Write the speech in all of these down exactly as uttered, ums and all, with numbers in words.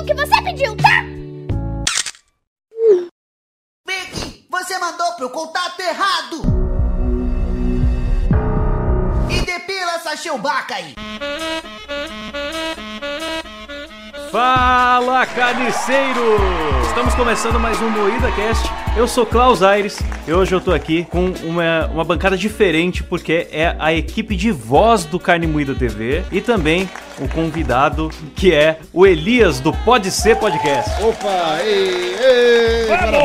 que você pediu, tá? Vicky, você mandou pro contato errado! E depila essa chewbacca aí! Fala, carniceiros! Estamos começando mais um Moída Cast. Eu sou Klaus Aires e hoje eu tô aqui com uma, uma bancada diferente porque é a equipe de voz do Carne Moída T V e também o convidado que é o Elias do Pode Ser Podcast. Opa, ei, ei,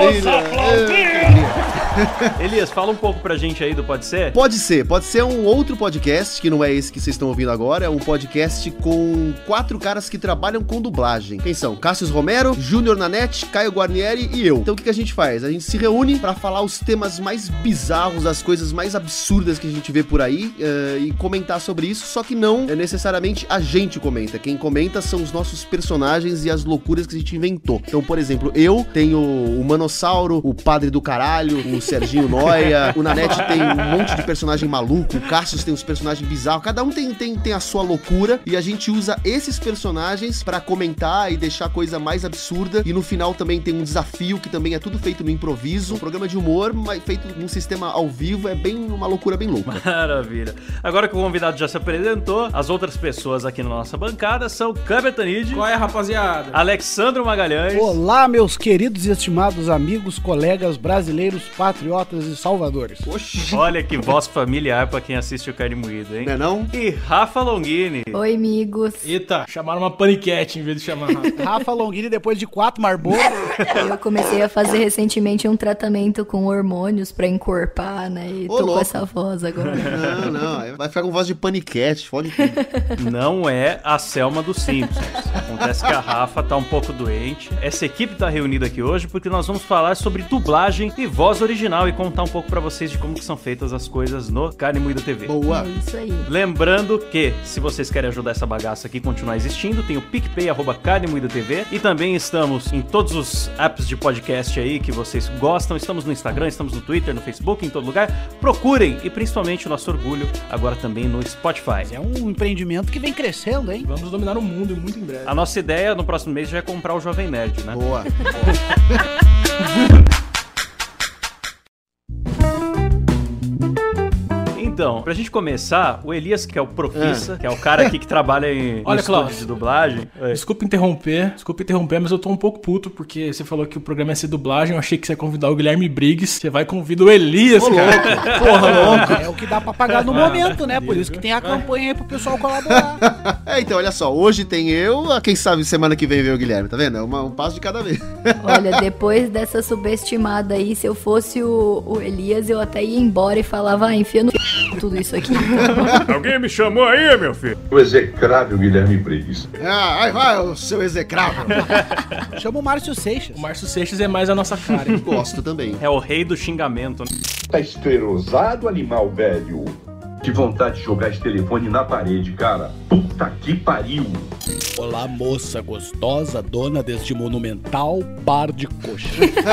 maravilha! Elias, fala um pouco pra gente aí do Pode Ser. Pode ser, pode ser um outro podcast, que não é esse que vocês estão ouvindo agora, é um podcast com quatro caras que trabalham com dublagem. Quem são? Cássio Romero, Júnior Nanete, Caio Guarnieri e eu. Então o que, que a gente faz? A gente se reúne pra falar os temas mais bizarros, as coisas mais absurdas que a gente vê por aí uh, e comentar sobre isso, só que não é necessariamente a gente comenta. Quem comenta são os nossos personagens e as loucuras que a gente inventou. Então, por exemplo, eu tenho o Manossauro, o Padre do Caralho, o Serginho Noia, o Nanete tem um monte de personagem maluco, o Cassius tem uns personagens bizarros, cada um tem, tem, tem a sua loucura e a gente usa esses personagens pra comentar e deixar a coisa mais absurda e no final também tem um desafio que também é tudo feito no improviso, um programa de humor, mas feito num sistema ao vivo, é bem uma loucura bem louca. Maravilha. Agora que o convidado já se apresentou, as outras pessoas aqui na nossa bancada são Câmbio Tanid. Qual é, rapaziada? Alexandro Magalhães. Olá, meus queridos e estimados amigos, colegas brasileiros, patriotas e salvadores. Oxi. Olha que voz familiar pra quem assiste o Carne Moída, hein? Não é não? E Rafa Longini. Oi, amigos. Eita, chamaram uma paniquete em vez de chamar Rafa. Rafa Longini, depois de quatro Marlboro. Eu comecei a fazer recentemente um tratamento com hormônios pra encorpar, né? E Ô, tô louco. com essa voz agora. Não, não, vai ficar com voz de paniquete, fode tudo. Não é a Selma dos Simpsons. Acontece que a Rafa tá um pouco doente. Essa equipe tá reunida aqui hoje porque nós vamos falar sobre dublagem e voz original e contar um pouco pra vocês de como que são feitas as coisas no Carne Moída T V. Boa. É isso aí. Lembrando que, se vocês querem ajudar essa bagaça aqui a continuar existindo, tem o PicPay, arroba Carne Moída T V. E também estamos em todos os apps de podcast aí que vocês gostam. Estamos no Instagram, estamos no Twitter, no Facebook, em todo lugar. Procurem, e principalmente o nosso orgulho, agora também no Spotify. É um empreendimento que vem crescendo, hein? Vamos dominar o mundo muito em breve. A nossa ideia no próximo mês já é comprar o Jovem Nerd, né? Boa. Então, pra gente começar, o Elias, que é o Profissa, que é o cara aqui que trabalha em Olha, no estúdio Klaus. de dublagem. Oi. Desculpa interromper, desculpa interromper, mas eu tô um pouco puto porque você falou que o programa ia ser dublagem, eu achei que você ia convidar o Guilherme Briggs, você vai convidar o Elias, Ô, cara. Porra, louco. É o que dá pra pagar no momento, né? Por isso que tem a campanha aí pro pessoal colaborar. É, então, olha só, hoje tem eu, ah, quem sabe semana que vem vem o Guilherme, tá vendo? É uma- um passo de cada vez. Olha, depois dessa subestimada aí, se eu fosse o, o Elias, eu até ia embora e falava, ah, enfia no tudo isso aqui. Alguém me chamou aí, meu filho? O execrável Guilherme Briggs. Ah, aí vai o seu execrável. Chama o Márcio Seixas. O Márcio Seixas é mais a nossa cara, hein? Gosto também. É o rei do xingamento, né? Tá esterosado, animal velho. Que vontade de jogar esse telefone na parede, cara. Puta que pariu. Olá, moça gostosa, dona deste monumental bar de coxa.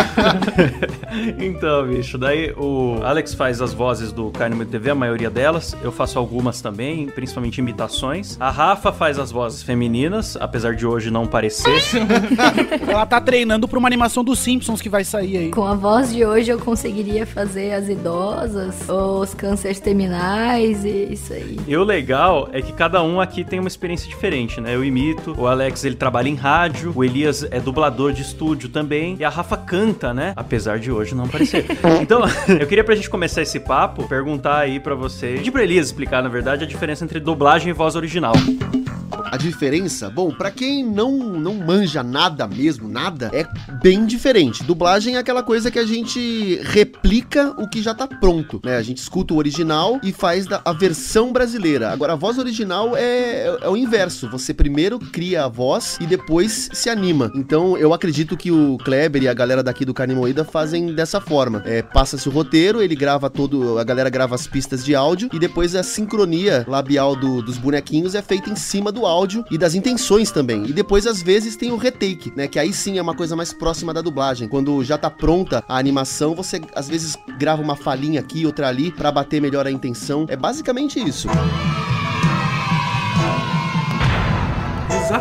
Então, bicho, daí o Alex faz as vozes do Carne Moída T V, a maioria delas. Eu faço algumas também, principalmente imitações. A Rafa faz as vozes femininas, apesar de hoje não parecer. Ela tá treinando pra uma animação dos Simpsons que vai sair aí. Com a voz de hoje, eu conseguiria fazer as idosas, os cânceres terminais e isso aí. E o legal é que cada um aqui tem uma experiência diferente, né? Eu imito, o Alex, ele trabalha em rádio, o Elias é dublador de estúdio também, e a Rafa canta, né? Apesar de hoje não parecer. Então, eu queria pra gente começar esse papo, perguntar aí pra você, pedir pro Elias explicar, na verdade, a diferença entre dublagem e voz original. A diferença, bom, pra quem não, não manja nada mesmo, nada, é bem diferente. Dublagem é aquela coisa que a gente replica o que já tá pronto, né? A gente escuta o original e faz da, a versão brasileira. Agora, a voz original é, é, é o inverso. Você primeiro cria a voz e depois se anima. Então, eu acredito que o Kleber e a galera daqui do Carne Moída fazem dessa forma. É, passa-se o roteiro, ele grava todo, a galera grava as pistas de áudio e depois a sincronia labial do, dos bonequinhos é feita em cima do áudio e das intenções também. E depois, às vezes, tem o retake, né? Que aí sim é uma coisa mais próxima da dublagem. Quando já tá pronta a animação, você às vezes grava uma falinha aqui, outra ali, pra bater melhor a intenção. É basicamente isso.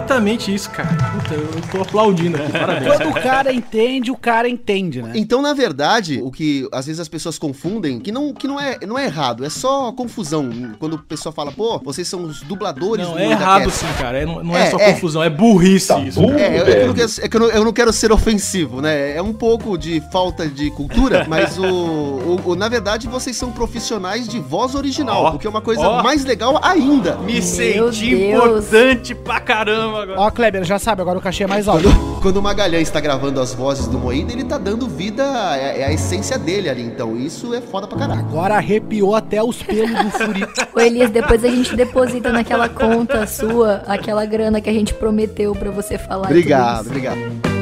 exatamente isso, cara. Puta, eu tô aplaudindo aqui, parabéns. Quando o cara entende, o cara entende, né? Então, na verdade, o que às vezes as pessoas confundem, que não, que não, é, não é errado, é só confusão. Quando o pessoal fala, pô, vocês são os dubladores Não, do é Moída errado Cast. sim, cara. É, não, não é, É, só é. confusão, é burrice Tá isso. burro. É, é, velho. eu, não quero, é que eu não, eu não quero ser ofensivo, né? É um pouco de falta de cultura, mas o, o, o- na verdade vocês são profissionais de voz original, Ó, o que é uma coisa ó. mais legal ainda. Me Meu senti Deus. importante pra caramba agora. Ó, Kleber, já sabe, agora o cachê é mais alto. Quando, quando o Magalhães tá gravando as vozes do Moída, ele tá dando vida, é, é a essência dele ali, então isso é foda pra caralho. Agora arrepiou até os pelos do Furi. Ô Elias, depois a gente deposita naquela conta sua aquela grana que a gente prometeu pra você falar. e Obrigado, tudo obrigado.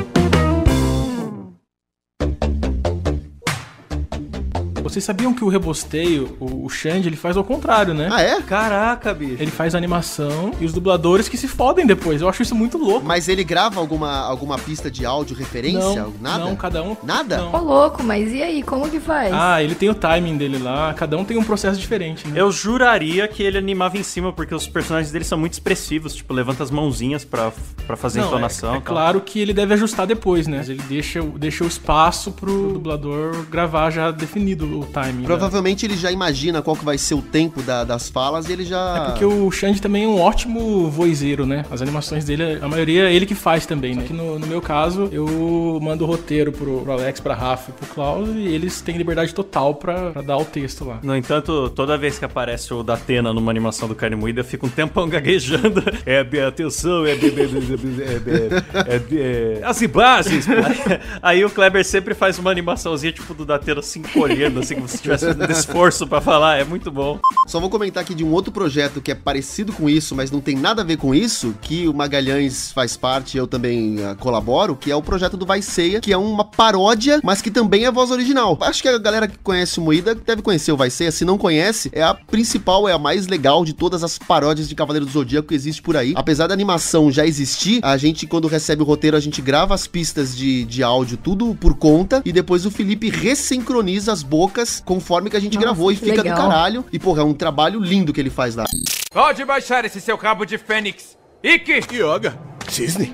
Vocês sabiam que o rebosteio, o, o Xande, ele faz ao contrário, né? Ah, é? Caraca, bicho. Ele faz animação e os dubladores que se fodem depois. Eu acho isso muito louco. Mas ele grava alguma, alguma pista de áudio, referência? Não, Nada? não, cada um... Nada? Não. Ô louco, mas e aí, como que faz? Ah, ele tem o timing dele lá, cada um tem um processo diferente, né? Eu juraria que ele animava em cima, porque os personagens dele são muito expressivos, tipo, levanta as mãozinhas pra, pra fazer Não, entonação. é, é e tal. claro que ele deve ajustar depois, né? Mas ele deixa, deixa o espaço pro dublador gravar já definido o timing. né? Provavelmente ele já imagina qual que vai ser o tempo da- das falas e ele já... É porque o Xande também é um ótimo voiceiro, né? As animações dele, a maioria é ele que faz também, né? Só que no, no meu caso, eu mando o roteiro pro, pro Alex, pra Rafa e pro Klaus e eles têm liberdade total pra, pra dar o texto lá. No entanto, toda vez que aparece o Datena numa animação do Carne Moída, eu fico um tempão gaguejando. É, bem, atenção, é, bem, bem, bem, bem, é, bem, é, bem, é, as imagens. Aí, aí o Kleber sempre faz uma animaçãozinha, tipo, do Datena se encolhendo, assim, como se estivesse fazendo esforço pra falar. É muito bom. Só vou comentar aqui de um outro projeto que é parecido com isso, mas não tem nada a ver com isso, que o Magalhães faz parte e eu também ah, colaboro, que é o projeto do Vai Ceia, que é uma paródia, mas que também é voz original. Acho que a galera que conhece o Moída deve conhecer o Vai Ceia. Se não conhece, é a principal, é a mais legal de todas as paródias de Cavaleiro do Zodíaco que existe por aí. Apesar da animação já existir, a gente, quando recebe o roteiro, a gente grava as pistas de, de áudio tudo por conta, e depois o Felipe ressincroniza as bocas conforme que a gente Nossa, gravou, e que fica legal. do caralho. E, porra, é um trabalho lindo que ele faz lá. Pode baixar esse seu cabo de fênix. Ikki! Yoga? Cisne?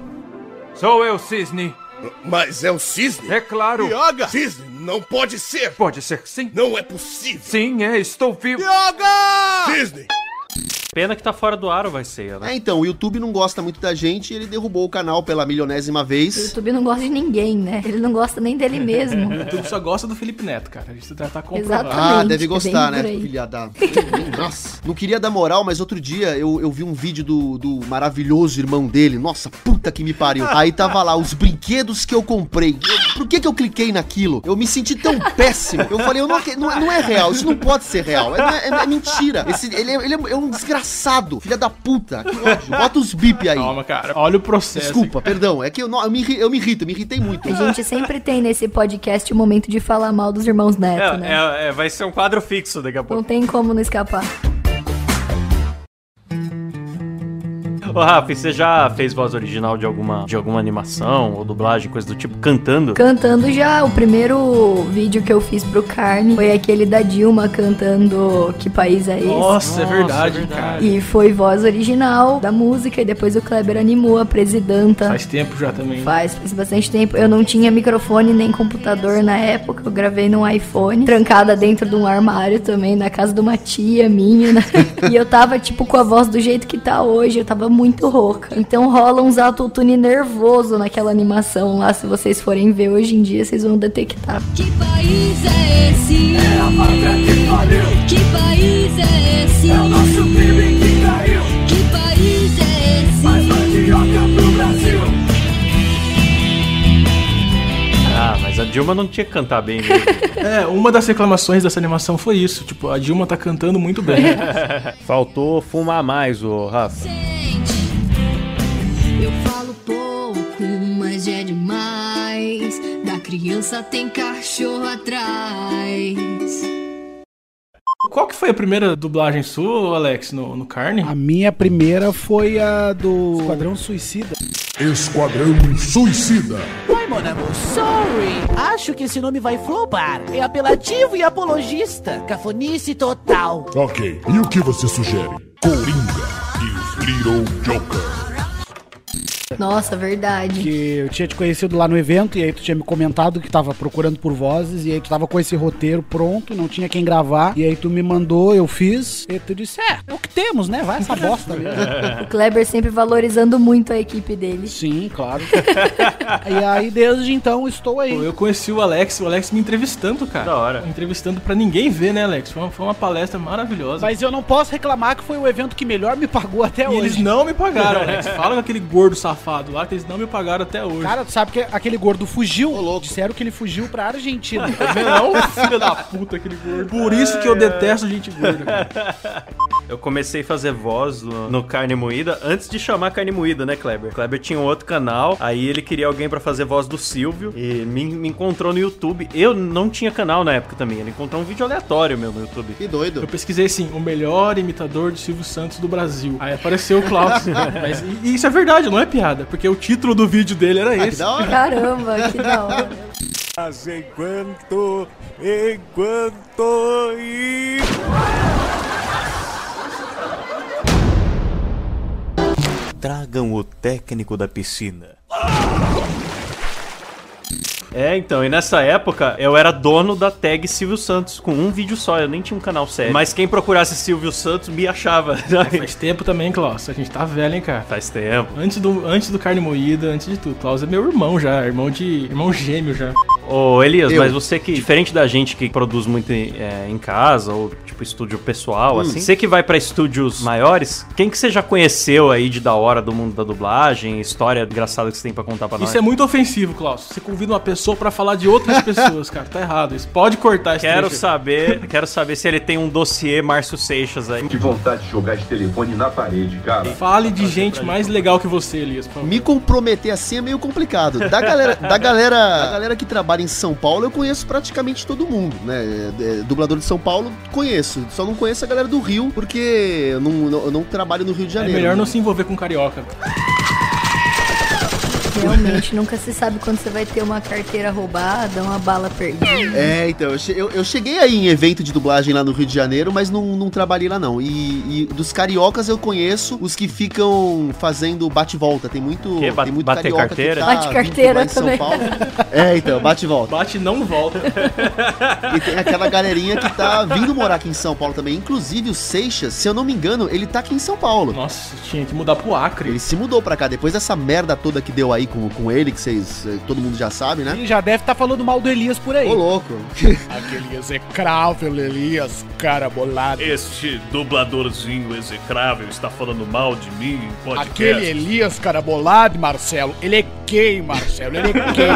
Sou eu, Cisne. Mas é o cisne? É claro. Yoga! Cisne, não pode ser! Pode ser sim. Não é possível! Sim, é, estou vivo. Yoga! Cisne! Pena que tá fora do ar o Vai Ceia, né? É, então, o YouTube não gosta muito da gente e ele derrubou o canal pela milionésima O vez. YouTube não gosta de ninguém, né? Ele não gosta nem dele mesmo. O YouTube só gosta do Felipe Neto, cara. A gente já tá comprovado. Exatamente. Ah, deve é gostar, bem né, por aí. filha da... Nossa. Não queria dar moral, mas outro dia eu, eu vi um vídeo do, do maravilhoso irmão dele. Nossa, puta que me pariu. Aí tava lá, os brinquedos que eu comprei. Eu- por que que eu cliquei naquilo? Eu me senti tão péssimo. Eu falei, eu não, ac- não, é- não é real, isso não pode ser real. É, é- é mentira. Esse, ele, é, ele é um desgraçado. Filha da puta. Que ódio. Bota os bip aí. Calma, cara. Olha o processo. Desculpa, perdão. É que eu, não- eu, me, irri- eu me irrito, eu me irritei muito. A gente sempre tem nesse podcast o momento de falar mal dos irmãos Neto, É, né? é- é, vai ser um quadro fixo daqui a pouco. Não tem como não escapar. Ô, Rafa, e você já fez voz original de alguma, de alguma animação ou dublagem, coisa do tipo, cantando? Cantando já, o primeiro vídeo que eu fiz pro Carne foi aquele da Dilma cantando Que País é Esse? Nossa, é verdade, é verdade. cara. E foi voz original da música e depois o Kleber animou a presidenta. Faz tempo já também. Faz, faz bastante tempo. Eu não tinha microfone nem computador na época. Eu gravei num iPhone, trancada dentro de um armário também, na casa de uma tia minha, né? E eu tava, tipo, com a voz do jeito que tá hoje. Eu tava muito rouca. Então rola uns autotune nervoso naquela animação lá. Se vocês forem ver hoje em dia, vocês vão detectar. Que país é esse? É a pátria que pariu. Que país é esse? É o nosso crime que caiu. Que país é esse? Mais mandioca pro Brasil. Ah, mas a Dilma não tinha que cantar bem mesmo. É, uma das reclamações dessa animação foi isso. Tipo, a Dilma tá cantando muito bem. Faltou fumar mais, ô Rafa. Eu falo pouco, mas é demais. Da criança tem cachorro atrás. Qual que foi a primeira dublagem sua, Alex, no, no Carne? A minha primeira foi a do Esquadrão Suicida. Esquadrão Suicida. Oi, Monamo, sorry. Acho que esse nome vai flopar. É apelativo e apologista. Cafonice total. Ok, e o que você sugere? Coringa e os Little Joker. Nossa, verdade. Que eu tinha te conhecido lá no evento, e aí tu tinha me comentado que tava procurando por vozes, e aí tu tava com esse roteiro pronto, não tinha quem gravar, e aí tu me mandou, eu fiz, e tu disse, é, é o que temos, né? Vai essa bosta mesmo. O Kleber sempre valorizando muito a equipe dele. Sim, claro. E aí, desde então, estou aí. Eu conheci o Alex, o Alex me entrevistando, cara. Da hora. Me entrevistando pra ninguém ver, né, Alex? Foi uma, foi uma palestra maravilhosa. Mas eu não posso reclamar que foi o evento que melhor me pagou até E hoje. eles não me pagaram, Alex. Fala com aquele gordo safado lá que eles não me pagaram até hoje. Cara, tu sabe que aquele gordo fugiu? Ô, louco. Disseram que ele fugiu pra Argentina. Não, filho da puta, aquele gordo. Por isso que eu detesto gente gorda, cara. Eu comecei a fazer voz no, no Carne Moída antes de chamar Carne Moída, né, Kleber? Kleber tinha um outro canal, aí ele queria alguém pra fazer voz do Silvio e me, me encontrou no YouTube. Eu não tinha canal na época também, ele encontrou um vídeo aleatório meu no YouTube. Que doido. Eu pesquisei assim, o melhor imitador de Silvio Santos do Brasil. Aí apareceu o Klaus. Mas e, e isso é verdade, não é piada, porque o título do vídeo dele era Ah, esse. que da hora. Caramba, que da hora. Mas enquanto, enquanto e... Tragam o técnico da piscina. É, então, e nessa época eu era dono da tag Silvio Santos, com um vídeo só, eu nem tinha um canal sério. Mas quem procurasse Silvio Santos me achava. Faz tempo também, Klaus. A gente tá velho, hein, cara? Faz tempo. Antes do, antes do Carne Moída, antes de tudo. Klaus é meu irmão já, irmão de irmão gêmeo já. Ô, Elias, Eu. mas você que, diferente da gente que produz muito é, em casa, ou tipo estúdio pessoal, Hum. assim, você que vai pra estúdios maiores, quem que você já conheceu aí de da hora do mundo da dublagem, história engraçada que você tem pra contar pra nós? Isso é muito ofensivo, Klaus. Você convida uma pessoa pra falar de outras pessoas, cara. Tá errado. Isso pode cortar esse Quero trecho. saber, quero saber se ele tem um dossiê Márcio Seixas aí. Que vontade de jogar esse telefone na parede, cara. Fale de gente mais legal que você, Elias, por favor. Me comprometer assim é meio complicado. Da galera, da galera, da galera que trabalha em São Paulo, eu conheço praticamente todo mundo, né? É, dublador de São Paulo, conheço. Só não conheço a galera do Rio, porque eu não, não, eu não trabalho no Rio de É Janeiro. melhor não se envolver com carioca. Realmente, nunca se sabe quando você vai ter uma carteira roubada, uma bala perdida. É, então, eu, che- eu, eu cheguei aí em evento de dublagem lá no Rio de Janeiro, mas não, não trabalhei lá não. E, e dos cariocas eu conheço os que ficam fazendo bate-volta. Tem muito, Que? Ba- tem muito bater carioca carteira? que tá Bate vindo carteira lá em São também. Paulo. É, então, bate-volta. Bate e não volta. E tem aquela galerinha que tá vindo morar aqui em São Paulo também. Inclusive o Seixas, se eu não me engano, ele tá aqui em São Paulo. Nossa, tinha que mudar pro Acre. Ele se mudou pra cá, depois dessa merda toda que deu aí com, com ele, que vocês, eh, todo mundo já sabe, né? Ele já deve estar falando mal do Elias por aí. Ô, louco. Aquele execrável Elias, cara bolado. Este dubladorzinho execrável está falando mal de mim em podcast. Aquele Elias, cara bolado, Marcelo. Ele é gay, Marcelo. Ele é gay.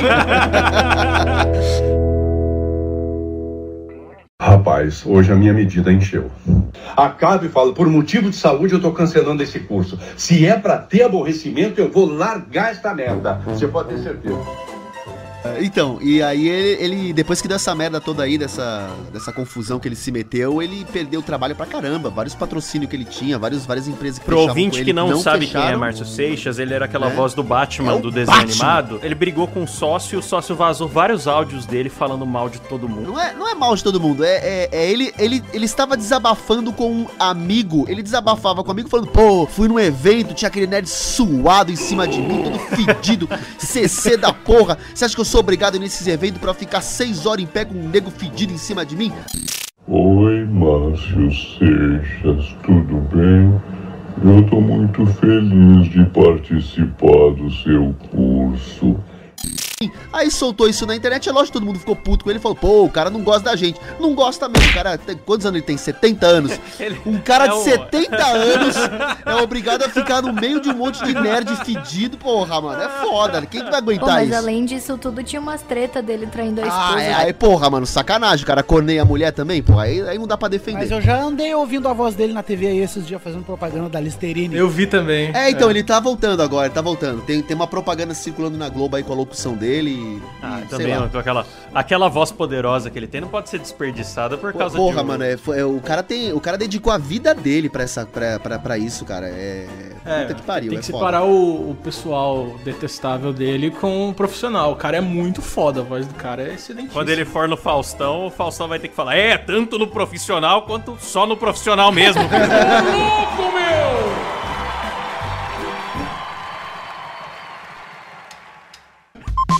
Rapaz, hoje a minha medida encheu. Acabe e fala, por motivo de saúde eu tô cancelando esse curso. Se é pra ter aborrecimento, eu vou largar esta merda. Você pode ter certeza. Então, e aí ele, ele, depois que deu essa merda toda aí, dessa, dessa confusão que ele se meteu, ele perdeu o trabalho pra caramba. Vários patrocínios que ele tinha, vários, várias empresas que Pro fechavam ouvinte com ele, que não, sabe quem é fecharam. Márcio Seixas, ele era aquela É. voz do Batman, É o do desenho Batman. animado. Ele brigou com o sócio e o sócio vazou vários áudios dele falando mal de todo mundo. Não é, não é mal de todo mundo, é, é, é ele, ele, ele estava desabafando com um amigo. Ele desabafava com um amigo falando, pô, fui num evento, tinha aquele nerd suado em cima de mim, todo fedido, C C da porra. Você acha que eu sou obrigado a ir nesses eventos pra ficar seis horas em pé com um nego fedido em cima de mim? Oi, Márcio Seixas, tudo bem? Eu tô muito feliz de participar do seu curso. Aí soltou isso na internet, é lógico que todo mundo ficou puto com ele e falou, pô, o cara não gosta da gente. Não gosta mesmo, o cara, tem, quantos anos ele tem? setenta anos. Um cara é de um- setenta anos é obrigado a ficar no meio de um monte de nerd fedido, porra, mano, é foda, quem que vai Pô, aguentar mas isso? além disso tudo, tinha umas treta dele traindo a esposa. Ah, é, aí, porra, mano, sacanagem, o cara corneia a mulher também, porra, aí, aí não dá pra defender. Mas eu já andei ouvindo a voz dele na T V aí esses dias fazendo propaganda da Listerine. Eu vi também. É, então, ele tá voltando agora, ele tá voltando. Tem, tem uma propaganda circulando na Globo aí com a locução dele e... Ah, e sei também lá. ó, aquela, aquela voz poderosa que ele tem não pode ser desperdiçada por causa Porra, de um- mano, é, foi- é, o cara tem, o cara dedicou a vida dele pra, essa, pra, pra, pra isso, cara. É. É, Puta que pariu, tem é que foda. separar o, o pessoal detestável dele com o profissional. O cara é muito foda, a voz do cara é excelente. Quando ele for no Faustão, o Faustão vai ter que falar, é, tanto no profissional quanto só no profissional mesmo. louco, meu!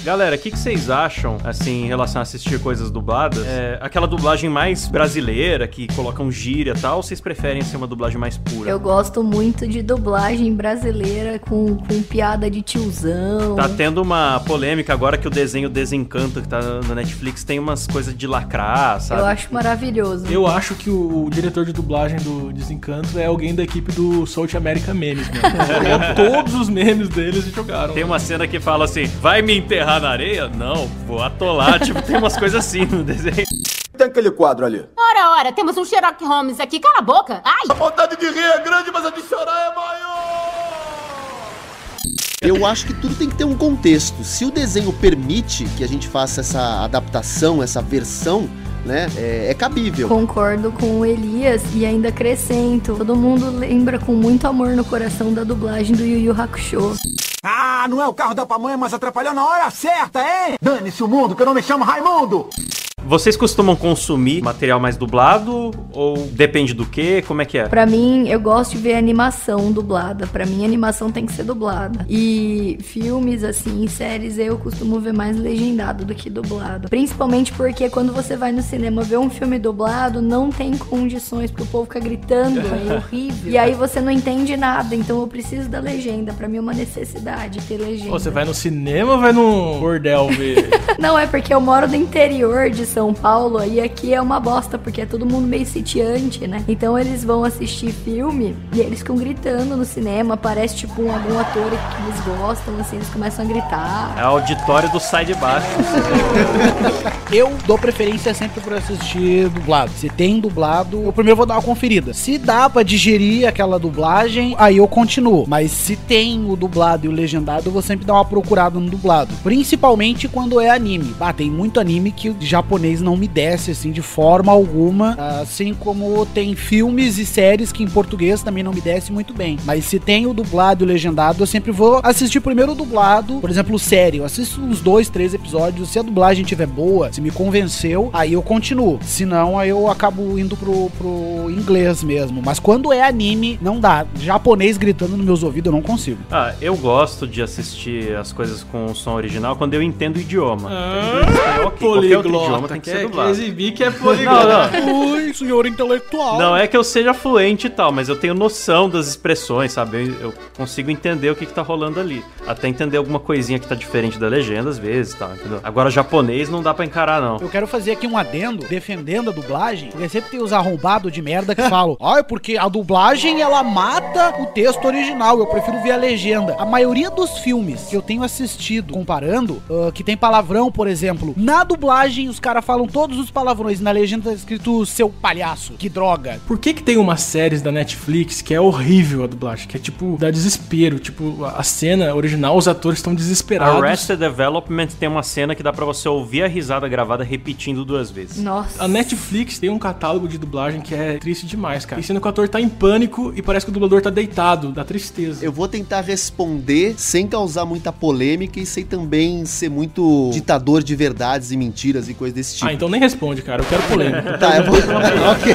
Galera, o que, que vocês acham, assim, em relação a assistir coisas dubladas? É, aquela dublagem mais brasileira, que colocam gíria e tal, ou vocês preferem ser uma dublagem mais pura? Eu gosto muito de dublagem brasileira com, com piada de tiozão. Tá tendo uma polêmica agora que o desenho Desencanto, que tá na Netflix, tem umas coisas de lacrar, sabe? Eu acho maravilhoso. Eu acho que o, o diretor de dublagem do Desencanto é alguém da equipe do South America Memes, né? Todos os memes deles jogaram. Tem uma cena que fala assim, vai me enterrar na areia? Não, vou atolar. Tipo, tem umas coisas assim no desenho. Tem aquele quadro ali. Ora, ora, temos um Sherlock Holmes aqui. Cala a boca. Ai! A vontade de rir é grande, mas a de chorar é maior. Eu acho que tudo tem que ter um contexto. Se o desenho permite que a gente faça essa adaptação, essa versão, né, é, é cabível. Concordo com o Elias e ainda acrescento. Todo mundo lembra com muito amor no coração da dublagem do Yu Yu Hakusho. Ah, não é o carro da pamonha, mas atrapalhou na hora certa, hein? Dane-se o mundo, que eu não me chamo Raimundo! Vocês costumam consumir material mais dublado ou depende do quê? Como é que é? Pra mim, eu gosto de ver animação dublada. Pra mim, a animação tem que ser dublada. E filmes, assim, séries, eu costumo ver mais legendado do que dublado. Principalmente porque quando você vai no cinema ver um filme dublado, não tem condições, porque o povo fica gritando, é horrível. E aí você não entende nada, então eu preciso da legenda. Pra mim é uma necessidade ter legenda. Pô, você vai no cinema ou vai no bordel ver? Não, é porque eu moro no interior de São Paulo e aqui é uma bosta, porque é todo mundo meio sitiante, né? Então eles vão assistir filme e eles ficam gritando no cinema, parece tipo um, algum ator que eles gostam, assim, eles começam a gritar. É o auditório do Sai de Baixo. Eu dou preferência sempre por assistir dublado. Se tem dublado, eu primeiro vou dar uma conferida. Se dá pra digerir aquela dublagem, aí eu continuo. Mas se tem o dublado e o legendado, eu vou sempre dar uma procurada no dublado. Principalmente quando é anime. Ah, tem muito anime que o japonês não me desce, assim, de forma alguma. Assim como tem filmes e séries que em português também não me desce muito bem. Mas se tem o dublado e o legendado, eu sempre vou assistir primeiro o dublado. Por exemplo, série. Eu assisto uns dois, três episódios. Se a dublagem estiver boa, se me convenceu, aí eu continuo. Se não, aí eu acabo indo pro, pro inglês mesmo. Mas quando é anime, não dá. Japonês gritando nos meus ouvidos, eu não consigo. Ah, eu gosto de assistir as coisas com o som original quando eu entendo o idioma. Ah, espanhol, que qualquer outro idioma tem que ser dublado. Quer exibir que é poliglota. Não, não. Ui, senhor intelectual. Não é que eu seja fluente e tal, mas eu tenho noção das expressões, sabe? Eu, eu consigo entender o que, que tá rolando ali. Até entender alguma coisinha que tá diferente da legenda às vezes, tá? Entendeu? Agora, japonês não dá pra encarar, não. Eu quero fazer aqui um adendo, defendendo a dublagem, porque sempre tem os arrombados de merda que falam, ah, é porque a dublagem, ela mata o texto original, eu prefiro ver a legenda. A maioria dos filmes que eu tenho assistido, comparando, uh, que tem palavrão, por exemplo, na dublagem os caras falam todos os palavrões, na legenda tá escrito seu palhaço, que droga. Por que que tem umas séries da Netflix que é horrível a dublagem, que é tipo, dá desespero, tipo, a cena original, os atores estão desesperados. Arrested Development tem uma cena que dá pra você ouvir a risada gravada repetindo duas vezes. Nossa. A Netflix tem um catálogo de dublagem que é triste demais, cara. E sendo que o ator tá em pânico e parece que o dublador tá deitado, dá tristeza. Eu vou tentar responder sem causar muita polêmica e sem também ser muito ditador de verdades e mentiras e coisas desse tipo. Ah, então nem responde, cara. Eu quero polêmica. Tá, eu vou... okay.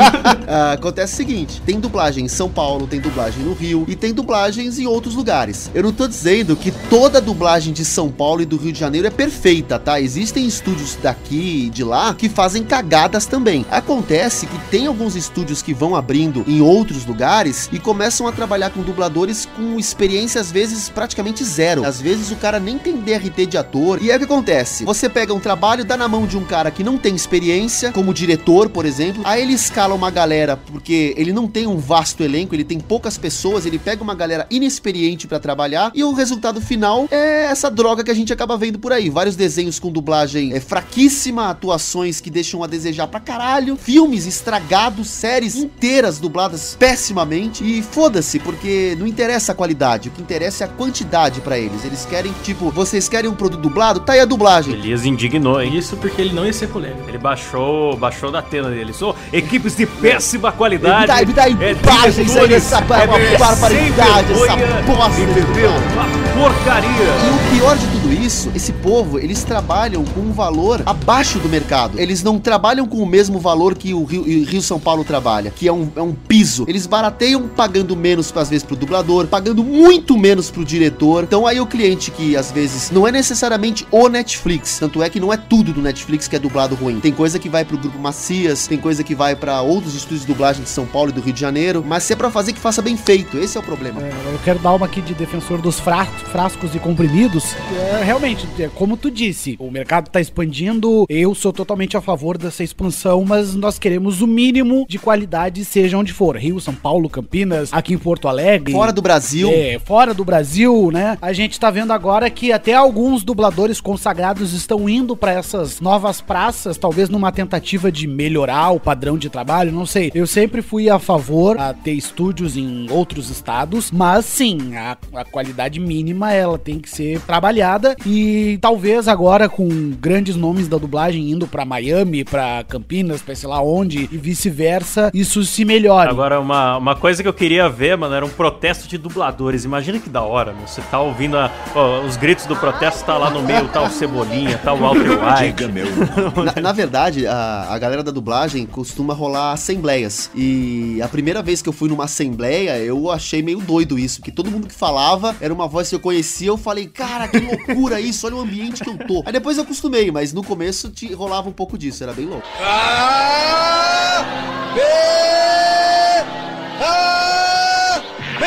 uh, acontece o seguinte, tem dublagem em São Paulo, tem dublagem no Rio e tem dublagens em outros lugares. Eu não tô dizendo que toda dublagem de São Paulo e do Rio de Janeiro é perfeita, tá? Existem estúdios daqui e de lá que fazem cagadas também. Acontece que tem alguns estúdios que vão abrindo em outros lugares e começam a trabalhar com dubladores com experiência, às vezes, praticamente zero. Às vezes o cara nem tem D R T de ator. E é o que acontece. Você pega um trabalho, dá na mão de um cara que não tem experiência, como diretor, por exemplo. Aí ele escala uma galera, porque ele não tem um vasto elenco, ele tem poucas pessoas, ele pega uma galera inexperiente pra trabalhar e o resultado final é essa droga que a gente acaba vendo por aí. Vários desenhos com dublagem é, fraquíssima, atuações que deixam a desejar pra caralho, filmes estragados, séries inteiras dubladas pessimamente e foda-se, porque não interessa a qualidade, o que interessa é a quantidade pra eles. Eles querem, tipo, vocês querem um produto dublado? Tá aí a dublagem. Elias indignou, hein? Isso porque ele não ia ser polêmico. Ele baixou, baixou da tela dele. Sou equipes de péssima qualidade. Me dá, me dá imagens aí dessa barbaridade, essa bosta. Uma porcaria. E o pior de tudo tudo isso, esse povo, eles trabalham com um valor abaixo do mercado. Eles não trabalham com o mesmo valor que o Rio, o Rio São Paulo trabalha, que é um, é um piso. Eles barateiam pagando menos, às vezes, pro dublador, pagando muito menos pro diretor. Então aí o cliente que, às vezes, não é necessariamente o Netflix, tanto é que não é tudo do Netflix que é dublado ruim. Tem coisa que vai pro Grupo Macias, tem coisa que vai pra outros estúdios de dublagem de São Paulo e do Rio de Janeiro, mas se é pra fazer, que faça bem feito. Esse é o problema. É, eu quero dar uma aqui de defensor dos fra frascos e comprimidos. É, realmente, é, como tu disse, o mercado tá expandindo, eu sou totalmente a favor dessa expansão, mas nós queremos o mínimo de qualidade, seja onde for. Rio, São Paulo, Campinas, aqui em Porto Alegre. Fora do Brasil. É, fora do Brasil, né? A gente tá vendo agora que até alguns dubladores consagrados estão indo pra essas novas praças, talvez numa tentativa de melhorar o padrão de trabalho, não sei. Eu sempre fui a favor a ter estúdios em outros estados, mas sim, a, a qualidade mínima ela tem que ser trabalhada e talvez agora com grandes nomes da dublagem indo pra Miami, pra Campinas, pra sei lá onde e vice-versa, isso se melhore. Agora, uma, uma coisa que eu queria ver, mano, era um protesto de dubladores. Imagina que da hora, meu. Você tá ouvindo a, ó, os gritos do protesto, tá lá no meio, tá o Cebolinha, tá o Walter White. Na, na verdade, a, a galera da dublagem costuma rolar assembleias. E a primeira vez que eu fui numa assembleia, eu achei meio doido isso, porque todo mundo que falava era uma voz que eu conhecia, eu falei, cara, que loucura isso, olha o ambiente que eu tô. Aí depois eu acostumei, mas no começo te, rolava um pouco disso, era bem louco. Ah! B! Ah! B!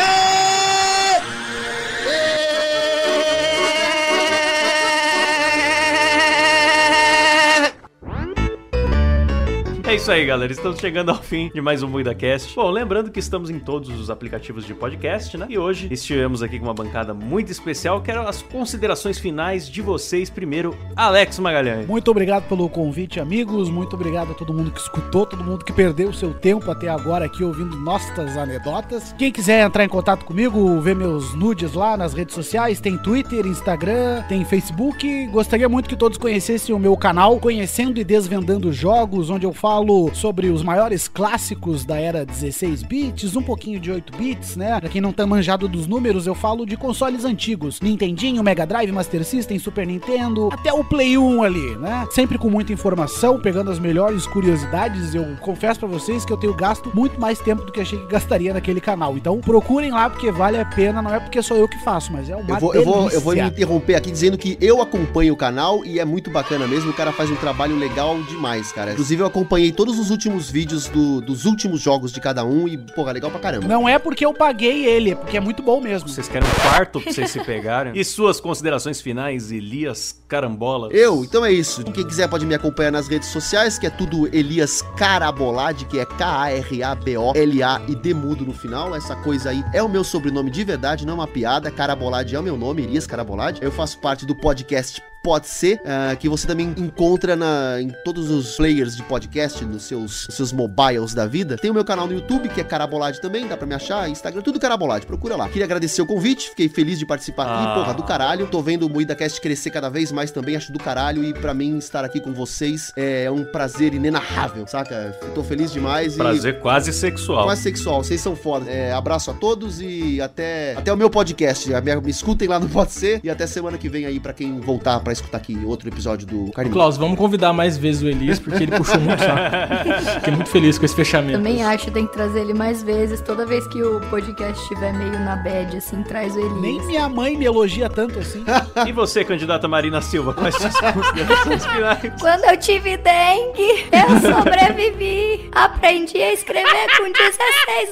É isso aí, galera. Estamos chegando ao fim de mais um MuidaCast. Bom, lembrando que estamos em todos os aplicativos de podcast, né? E hoje estivemos aqui com uma bancada muito especial. Quero as considerações finais de vocês. Primeiro, Alex Magalhães. Muito obrigado pelo convite, amigos. Muito obrigado a todo mundo que escutou, todo mundo que perdeu o seu tempo até agora aqui ouvindo nossas anedotas. Quem quiser entrar em contato comigo, ver meus nudes lá nas redes sociais, tem Twitter, Instagram, tem Facebook. Gostaria muito que todos conhecessem o meu canal Conhecendo e Desvendando Jogos, onde eu falo sobre os maiores clássicos da era dezesseis bits, um pouquinho de oito bits, né? Pra quem não tá manjado dos números, eu falo de consoles antigos. Nintendinho, Mega Drive, Master System, Super Nintendo, até o Play um ali, né? Sempre com muita informação, pegando as melhores curiosidades. Eu confesso pra vocês que eu tenho gasto muito mais tempo do que achei que gastaria naquele canal. Então procurem lá, porque vale a pena. Não é porque sou eu que faço, mas é uma eu vou, delícia. Eu vou, eu vou me interromper aqui dizendo que eu acompanho o canal e é muito bacana mesmo. O cara faz um trabalho legal demais, cara. Inclusive eu acompanhei todos os últimos vídeos do, dos últimos jogos de cada um e, porra, legal pra caramba. Não é porque eu paguei ele, é porque é muito bom mesmo. Vocês querem um quarto pra vocês se pegarem? E suas considerações finais, Elias Carambolas? Eu? Então é isso. Quem quiser pode me acompanhar nas redes sociais, que é tudo Elias Carabolade, que é K A R A B O L A e D mudo no final. Essa coisa aí é o meu sobrenome de verdade, não é uma piada. Carabolade é o meu nome, Elias Carabolade. Eu faço parte do podcast Pode Ser, uh, que você também encontra na, em todos os players de podcast, nos seus, nos seus mobiles da vida. Tem o meu canal no YouTube, que é Carabolade também, dá pra me achar, Instagram, tudo Carabolade, procura lá. Queria agradecer o convite, fiquei feliz de participar aqui, ah. porra, do caralho. Tô vendo o MuidaCast crescer cada vez mais também, acho do caralho, e pra mim estar aqui com vocês é um prazer inenarrável, saca? Eu tô feliz demais. Prazer e... quase sexual. Quase sexual, vocês são foda. É, abraço a todos e até, até o meu podcast. Me escutem lá no Pode Ser e até semana que vem aí pra quem voltar pra escutar aqui outro episódio do Carne. Klaus, vamos convidar mais vezes o Elias, porque ele puxou muito saco. Fiquei muito feliz com esse fechamento. Também acho que tem que trazer ele mais vezes. Toda vez que o podcast estiver meio na bad, assim, traz o Elias. Nem minha mãe me elogia tanto assim. E você, candidata Marina Silva, quais suas considerações finais? Quando eu tive dengue, eu sobrevivi. Aprendi a escrever com dezesseis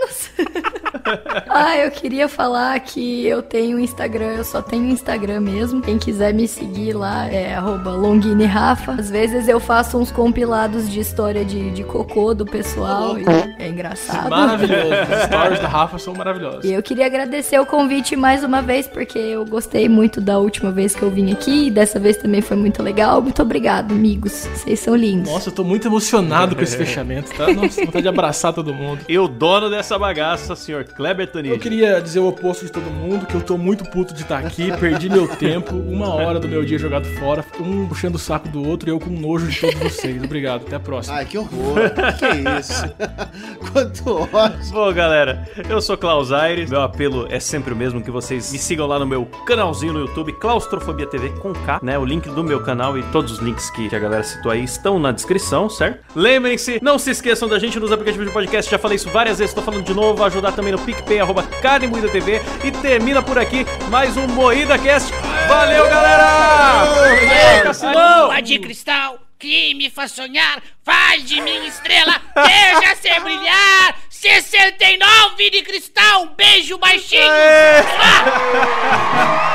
anos. Ah, eu queria falar que eu tenho Instagram, eu só tenho Instagram mesmo. Quem quiser me seguir lá é arroba Longini Rafa. Às vezes eu faço uns compilados de história de, de cocô do pessoal e é engraçado. Maravilhoso. As stories da Rafa são maravilhosas. E eu queria agradecer o convite mais uma vez, porque eu gostei muito da última vez que eu vim aqui e dessa vez também foi muito legal. Muito obrigado, amigos. Vocês são lindos. Nossa, eu tô muito emocionado com esse fechamento, tá? Nossa, vontade de abraçar todo mundo. E o dono dessa bagaça, senhor Kleber Tanid. Eu queria dizer o oposto de todo mundo, que eu tô muito puto de estar aqui, perdi meu tempo, uma hora do meu meu dia jogado fora, um puxando o saco do outro e eu com nojo de todos vocês. Obrigado, até a próxima. Ai, que horror. Que é isso? Quanto ódio. Bom, galera, eu sou Klaus Aires. Meu apelo é sempre o mesmo, que vocês me sigam lá no meu canalzinho no YouTube, Claustrofobia T V com K, né? O link do meu canal e todos os links que, que a galera citou aí estão na descrição, certo? Lembrem-se, não se esqueçam da gente nos aplicativos de podcast, já falei isso várias vezes, tô falando de novo, ajudar também no PicPay, arroba Carne Moída T V, e termina por aqui mais um Moída Cast. Valeu, galera! Lua de cristal que me faz sonhar, faz de mim estrela, deixa-se brilhar. sessenta e nove de cristal, um beijo baixinho. Ah!